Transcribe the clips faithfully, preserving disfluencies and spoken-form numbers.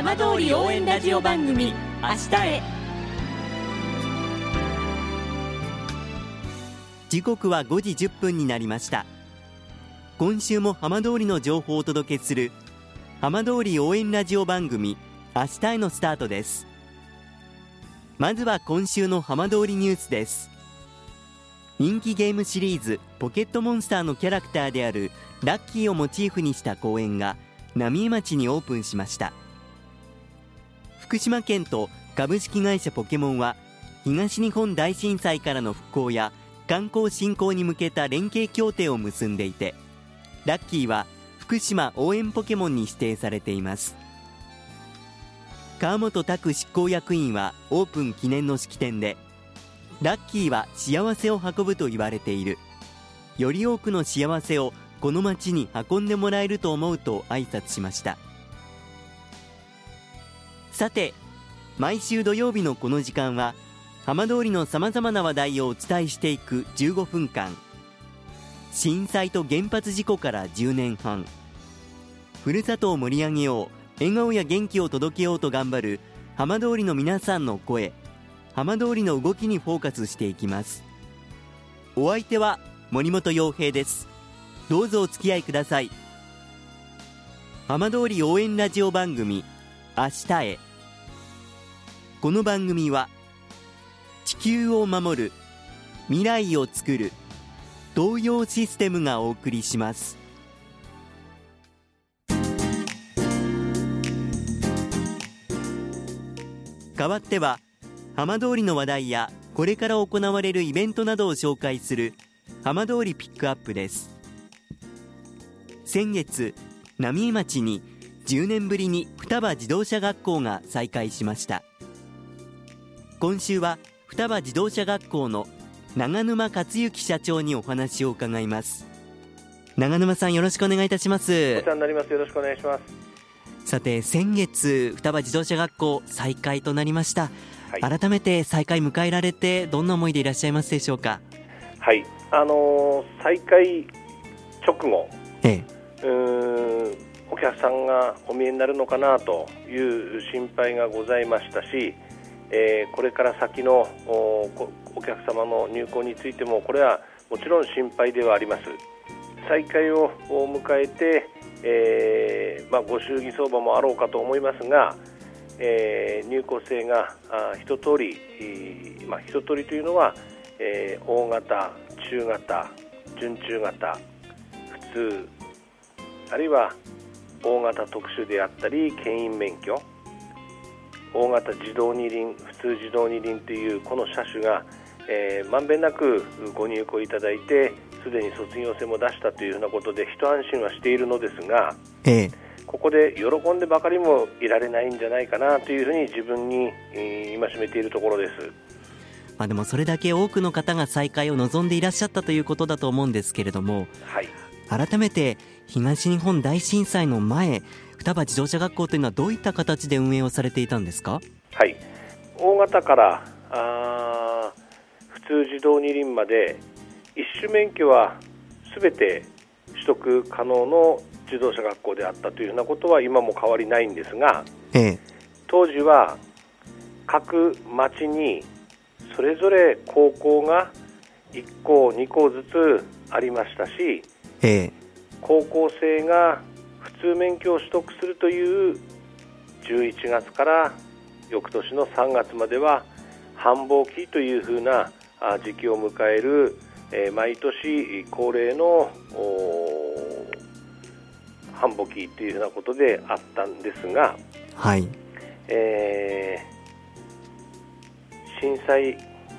浜通り応援ラジオ番組明日へ。 時刻はごじじゅっぷんになりました。今週も浜通りの情報をお届けする浜通り応援ラジオ番組明日へのスタートです。まずは今週の浜通りニュースです。人気ゲームシリーズポケットモンスターのキャラクターであるラッキーをモチーフにした公園が浪江町にオープンしました。福島県と株式会社ポケモンは東日本大震災からの復興や観光振興に向けた連携協定を結んでいて、ラッキーは福島応援ポケモンに指定されています。川本拓執行役員はオープン記念の式典で、ラッキーは幸せを運ぶと言われている、より多くの幸せをこの街に運んでもらえると思うと挨拶しました。さて、毎週土曜日のこの時間は浜通りのさまざまな話題をお伝えしていくじゅうごふんかん、震災と原発事故からじゅうねんはん、ふるさとを盛り上げよう、笑顔や元気を届けようと頑張る浜通りの皆さんの声、浜通りの動きにフォーカスしていきます。お相手は森本洋平です。どうぞお付き合いください。浜通り応援ラジオ番組明日へ。この番組は地球を守る、未来をつくる東洋システムがお送りします。代わっては浜通りの話題やこれから行われるイベントなどを紹介する浜通りピックアップです。先月、浪江町にじゅうねんぶりに双葉自動車学校が再開しました。今週は双葉自動車学校の長沼克之社長にお話を伺います。長沼さん、よろしくお願いいたします。 お世話になります。よろしくお願いします。 さて、先月双葉自動車学校再開となりました、はい、改めて再開迎えられてどんな思いでいらっしゃいますでしょうか。 はい、あのー、再開直後、ええ、うーんお客さんがお見えになるのかなという心配がございましたし、えー、これから先の お, お客様の入校についてもこれはもちろん心配ではあります。再開を迎えて、えーまあ、ご祝儀相場もあろうかと思いますが、えー、入校生があ一通り、まあ、一通りというのは、えー、大型、中型、準中型、普通、あるいは大型特殊であったり牽引免許、大型自動二輪、普通自動二輪というこの車種が、えー、まんべんなくご入校いただいて、すでに卒業生も出したというふうなことで一安心はしているのですが、ええ、ここで喜んでばかりもいられないんじゃないかなというふうに自分に、えー、戒めているところです。 まあ、でもそれだけ多くの方が再開を望んでいらっしゃったということだと思うんですけれども、はい、改めて東日本大震災の前、双葉自動車学校というのはどういった形で運営をされていたんですか。 はい、大型からあ普通自動二輪まで一種免許はすべて取得可能の自動車学校であったというようなことは今も変わりないんですが、ええ、当時は各町にそれぞれ高校がいっこにこずつありましたし、ええ、高校生が普通免許を取得するというじゅういちがつから翌年のさんがつまでは繁忙期というふうな時期を迎える、えー、毎年恒例の繁忙期というふうなことであったんですが、はい、えー、震災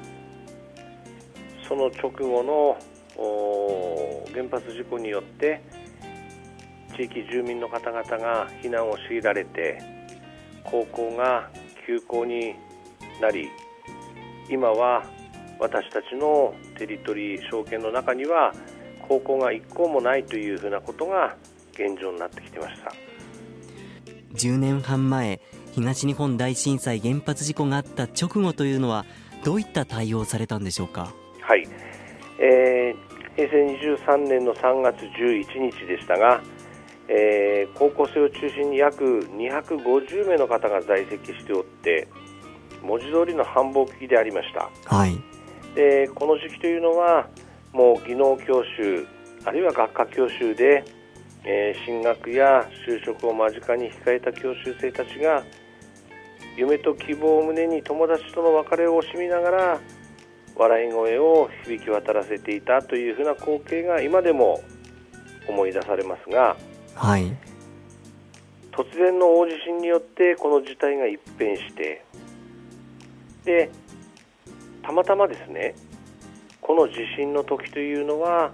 その直後の原発事故によって地域住民の方々が避難を強いられて、高校が休校になり、今は私たちのテリトリー証券の中には高校がいっ校もないというふうなことが現状になってきてました。 じゅうねんはんまえ、東日本大震災原発事故があった直後というのはどういった対応をされたんでしょうか。 はい、えー、へいせいにじゅうさんねんのさんがつじゅういちにちでしたが、 えー、高校生を中心に約にひゃくごじゅうめいの方が在籍しておって、文字通りの繁忙期でありました。 はい、 でこの時期というのはもう技能教習あるいは学科教習で、えー、進学や就職を間近に控えた教習生たちが夢と希望を胸に友達との別れを惜しみながら笑い声を響き渡らせていたというふうな光景が今でも思い出されますが、 はい、 突然の大地震によってこの事態が一変して、でたまたまですね、この地震の時というのは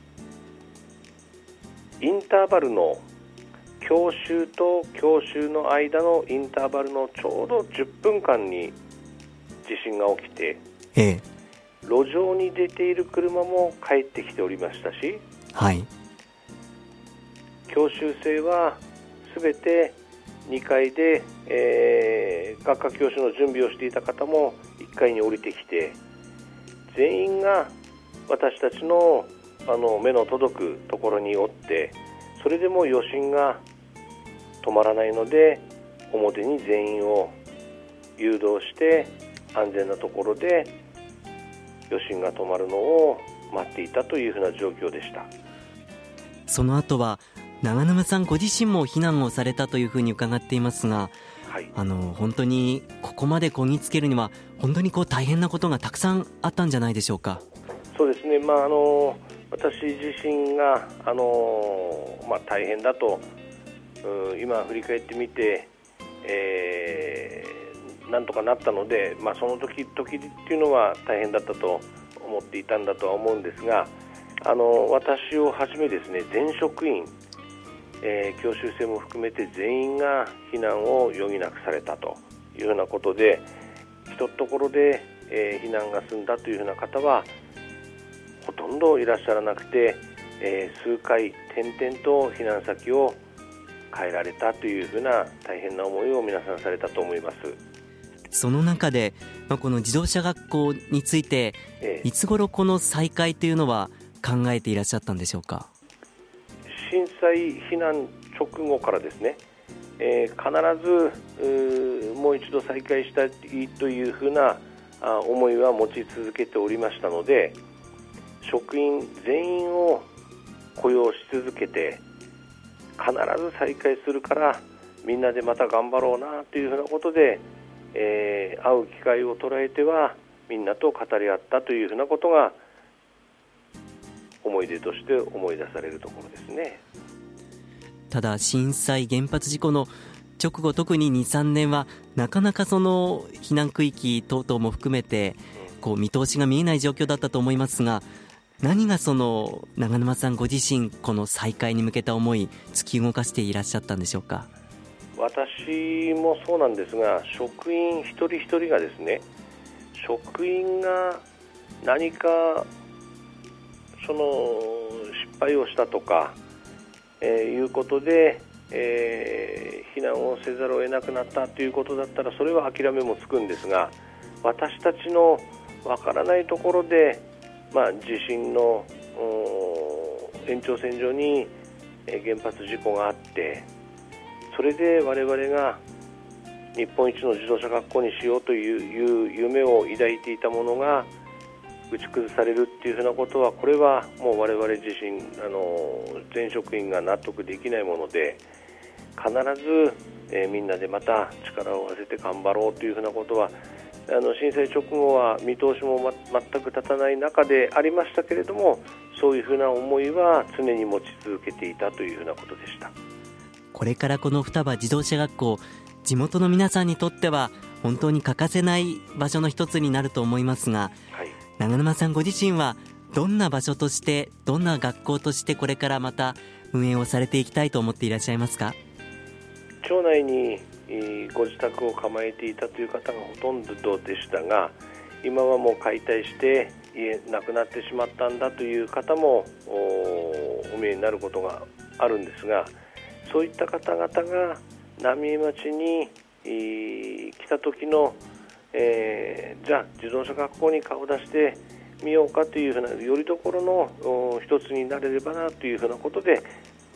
インターバルの教習と教習の間のインターバルのちょうどじゅっぷんかんに地震が起きて、 ええ、 路上に出ている車も帰ってきておりましたし、 はい、 教習生はすべてにかいで、えー、学科教習の準備をしていた方もいっかいに降りてきて、全員が私たちの、あの目の届くところにおって、それでも余震が止まらないので表に全員を誘導して安全なところで余震が止まるのを待っていたというふうな状況でした。 その後は長沼さんご自身も避難をされたというふうに伺っていますが、 はい、 あの本当にここまでこぎつけるには本当にこう大変なことがたくさんあったんじゃないでしょうか。 そうですね、まあ、あの私自身が、あのまあ、大変だと、うん、今振り返ってみて、えー、なんとかなったので、まあ、その時時っていうのは大変だったと思っていたんだとは思うんですが、あの私をはじめですね、全職員、えー、教習生も含めて全員が避難を余儀なくされたというようなことで、ひとところで、えー、避難が済んだというような方はほとんどいらっしゃらなくて、えー、数回点々と避難先を変えられたというふうな大変な思いを皆さんされたと思います。 その中で、まあ、この自動車学校について、ええ、いつ頃この再開というのは考えていらっしゃったんでしょうか。 震災避難直後からですね、えー、必ずもう一度再開したいというふうなあ思いは持ち続けておりましたので、職員全員を雇用し続けて必ず再開するからみんなでまた頑張ろうなというふうなことで、えー、会う機会を捉えてはみんなと語り合ったというふうなことが思い出として思い出されるところですね。 ただ震災原発事故の直後、特に にさんねんはなかなかその避難区域等々も含めてこう見通しが見えない状況だったと思いますが、何がその長沼さんご自身この再開に向けた思い突き動かしていらっしゃったんでしょうか。 私もそうなんですが、職員一人一人がですね、職員が何かその失敗をしたとか、えー、いうことで、えー、避難をせざるを得なくなったということだったらそれは諦めもつくんですが、私たちのわからないところで、まあ、地震の延長線上に原発事故があって、それで我々が日本一の自動車学校にしようという夢を抱いていたものが打ち崩されるっていうふうなことは、これはもう我々自身あの全職員が納得できないもので、必ず、えー、みんなでまた力を合わせて頑張ろうというふうなことは、あの震災直後は見通しも、ま、全く立たない中でありましたけれども、そういうふうな思いは常に持ち続けていたというふうなことでした。 これからこの双葉自動車学校、地元の皆さんにとっては本当に欠かせない場所の一つになると思いますが、はい、長沼さんご自身はどんな場所として、どんな学校としてこれからまた運営をされていきたいと思っていらっしゃいますか。 町内にご自宅を構えていたという方がほとんどでしたが、今はもう解体して家なくなってしまったんだという方も お, お見えになることがあるんですが、そういった方々が浪江町に来た時の、えー、じゃあ自動車学校に顔を出してみようかというふうなよりどころの一つになれればなというふうなことで、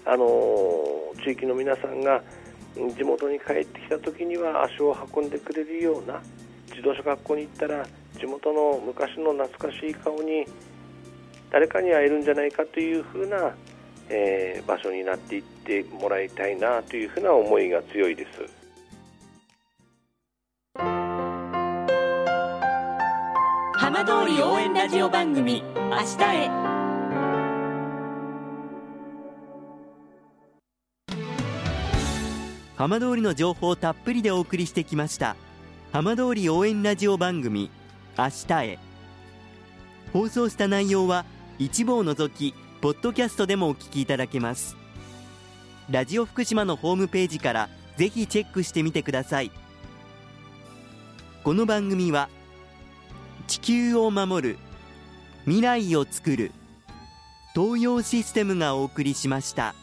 あのー、地域の皆さんが地元に帰ってきた時には足を運んでくれるような、自動車学校に行ったら地元の昔の懐かしい顔に誰かに会えるんじゃないかというふうな、えー、場所になっていってもらいたいなというふうな思いが強いです。 浜通り応援ラジオ番組明日へ。 浜通りの情報をたっぷりでお送りしてきました浜通り応援ラジオ番組明日へ。放送した内容は一部を除きポッドキャストでもお聞きいただけます。ラジオ福島のホームページからぜひチェックしてみてください。この番組は地球を守る、未来をつくる東洋システムがお送りしました。